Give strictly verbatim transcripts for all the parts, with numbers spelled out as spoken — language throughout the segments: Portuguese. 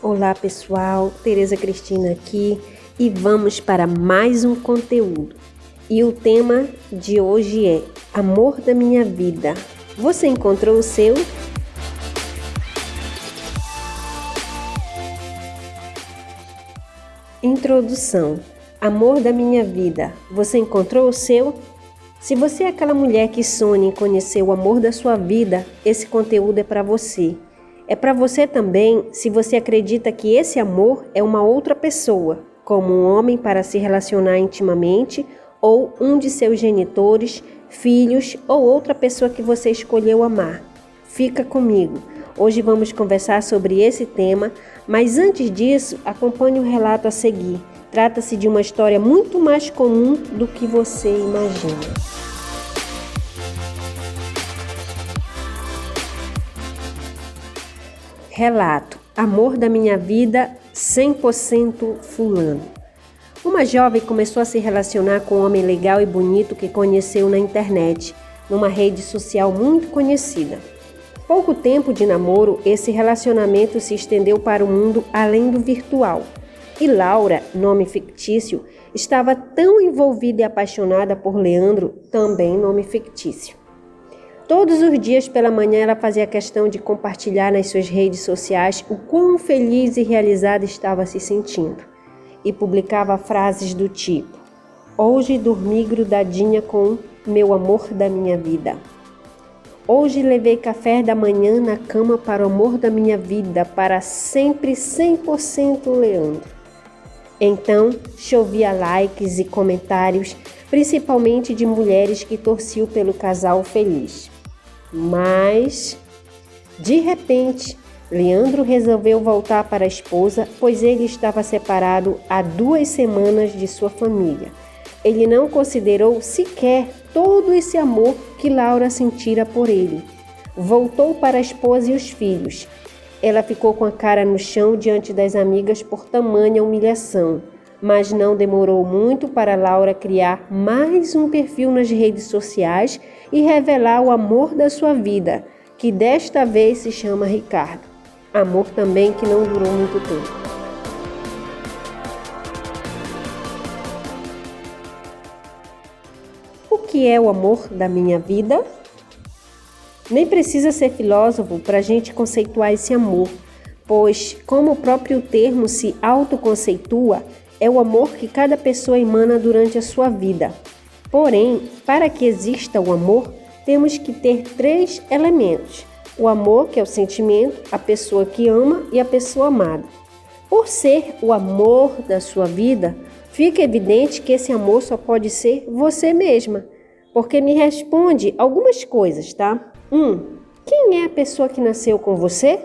Olá pessoal, Tereza Cristina aqui e vamos para mais um conteúdo. E o tema de hoje é Amor da Minha Vida. Você encontrou o seu? Introdução. Amor da minha vida. Você encontrou o seu? Se você é aquela mulher que sonha em conhecer o amor da sua vida, esse conteúdo é para você. É para você também se você acredita que esse amor é uma outra pessoa, como um homem para se relacionar intimamente, ou um de seus genitores, filhos ou outra pessoa que você escolheu amar. Fica comigo. Hoje vamos conversar sobre esse tema, mas antes disso, acompanhe o relato a seguir. Trata-se de uma história muito mais comum do que você imagina. Relato: Amor da minha vida, cem por cento fulano. Uma jovem começou a se relacionar com um homem legal e bonito que conheceu na internet, numa rede social muito conhecida. Pouco tempo de namoro, esse relacionamento se estendeu para o mundo além do virtual. E Laura, nome fictício, estava tão envolvida e apaixonada por Leandro, também nome fictício. Todos os dias pela manhã ela fazia questão de compartilhar nas suas redes sociais o quão feliz e realizada estava se sentindo. E publicava frases do tipo: hoje dormi grudadinha com meu amor da minha vida. Hoje levei café da manhã na cama para o amor da minha vida, para sempre cem por cento Leandro. Então, chovia likes e comentários, principalmente de mulheres que torciam pelo casal feliz. Mas, de repente, Leandro resolveu voltar para a esposa, pois ele estava separado há duas semanas de sua família. Ele não considerou sequer todo esse amor que Laura sentira por ele. Voltou para a esposa e os filhos. Ela ficou com a cara no chão diante das amigas por tamanha humilhação, mas não demorou muito para Laura criar mais um perfil nas redes sociais e revelar o amor da sua vida, que desta vez se chama Ricardo. Amor também que não durou muito tempo. O que é o amor da minha vida? Nem precisa ser filósofo para a gente conceituar esse amor, pois, como o próprio termo se autoconceitua, é o amor que cada pessoa emana durante a sua vida. Porém, para que exista o amor, temos que ter três elementos: o amor, que é o sentimento, a pessoa que ama e a pessoa amada. Por ser o amor da sua vida, fica evidente que esse amor só pode ser você mesma, porque me responde algumas coisas, tá? um. Quem é a pessoa que nasceu com você?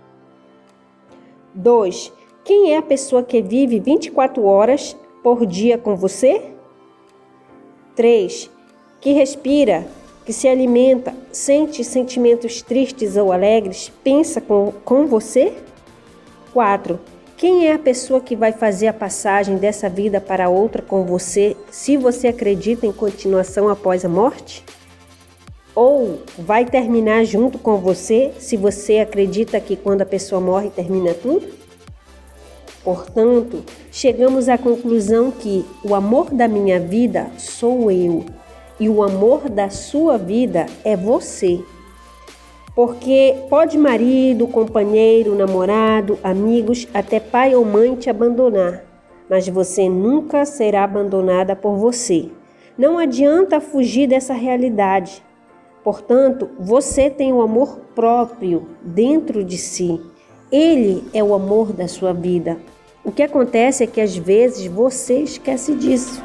dois. Quem é a pessoa que vive vinte e quatro horas por dia com você? três. Que respira, que se alimenta, sente sentimentos tristes ou alegres, pensa com, com você? quatro. Quem é a pessoa que vai fazer a passagem dessa vida para outra com você, se você acredita em continuação após a morte? Ou vai terminar junto com você, se você acredita que quando a pessoa morre termina tudo? Portanto, chegamos à conclusão que o amor da minha vida sou eu e o amor da sua vida é você. Porque pode marido, companheiro, namorado, amigos, até pai ou mãe te abandonar, mas você nunca será abandonada por você. Não adianta fugir dessa realidade. Portanto, você tem o amor próprio dentro de si. Ele é o amor da sua vida. O que acontece é que às vezes você esquece disso.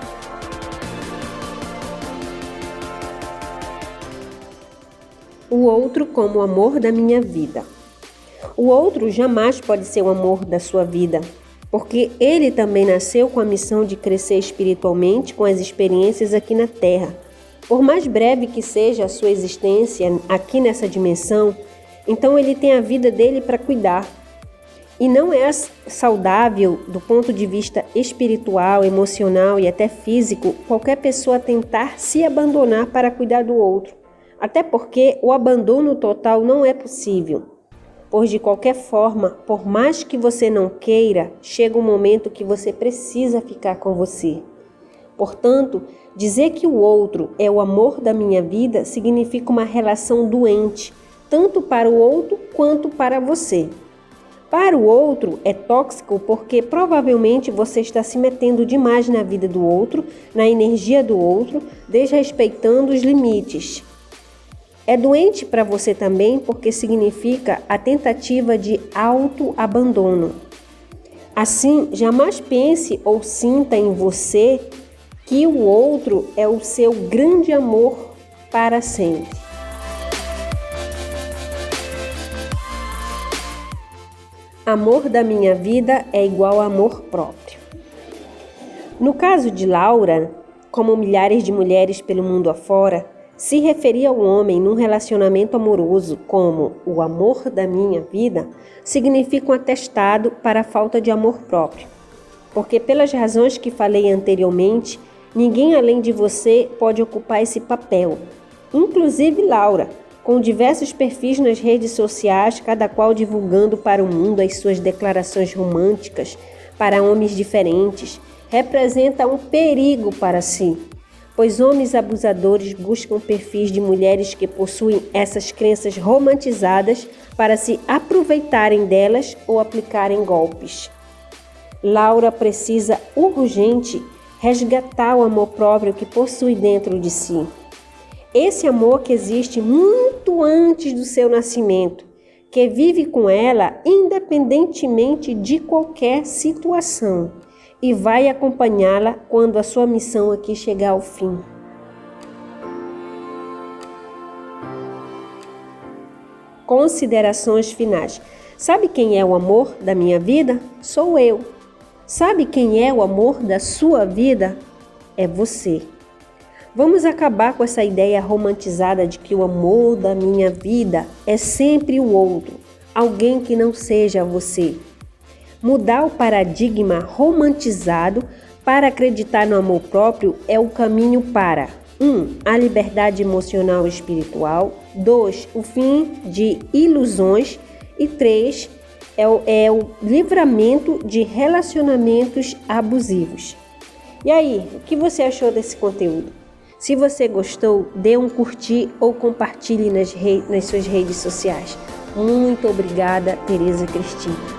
O outro como o amor da minha vida. O outro jamais pode ser o amor da sua vida, porque ele também nasceu com a missão de crescer espiritualmente com as experiências aqui na Terra. Por mais breve que seja a sua existência aqui nessa dimensão, então ele tem a vida dele para cuidar. E não é saudável do ponto de vista espiritual, emocional e até físico qualquer pessoa tentar se abandonar para cuidar do outro. Até porque o abandono total não é possível. pois de qualquer forma, por mais que você não queira, chega um momento que você precisa ficar com você. Portanto, dizer que o outro é o amor da minha vida significa uma relação doente, tanto para o outro quanto para você. Para o outro é tóxico porque provavelmente você está se metendo demais na vida do outro, na energia do outro, desrespeitando os limites. É doente para você também porque significa a tentativa de autoabandono. Assim, jamais pense ou sinta em você que o outro é o seu grande amor para sempre. Amor da minha vida é igual a amor próprio. No caso de Laura, como milhares de mulheres pelo mundo afora, se referir ao homem num relacionamento amoroso como o amor da minha vida, significa um atestado para a falta de amor próprio. Porque pelas razões que falei anteriormente, ninguém além de você pode ocupar esse papel, inclusive Laura, com diversos perfis nas redes sociais, cada qual divulgando para o mundo as suas declarações românticas para homens diferentes, representa um perigo para si, pois homens abusadores buscam perfis de mulheres que possuem essas crenças romantizadas para se aproveitarem delas ou aplicarem golpes. Laura precisa urgente resgatar o amor próprio que possui dentro de si. Esse amor que existe muito antes do seu nascimento, que vive com ela independentemente de qualquer situação e vai acompanhá-la quando a sua missão aqui chegar ao fim. Considerações finais. Sabe quem é o amor da minha vida? Sou eu. Sabe quem é o amor da sua vida? É você. Vamos acabar com essa ideia romantizada de que o amor da minha vida é sempre o outro, alguém que não seja você. Mudar o paradigma romantizado para acreditar no amor próprio é o caminho para um. A liberdade emocional e espiritual. dois. O fim de ilusões. E três. É o, é o livramento de relacionamentos abusivos. E aí, o que você achou desse conteúdo? Se você gostou, dê um curtir ou compartilhe nas, re... nas suas redes sociais. Muito obrigada, Tereza Cristina.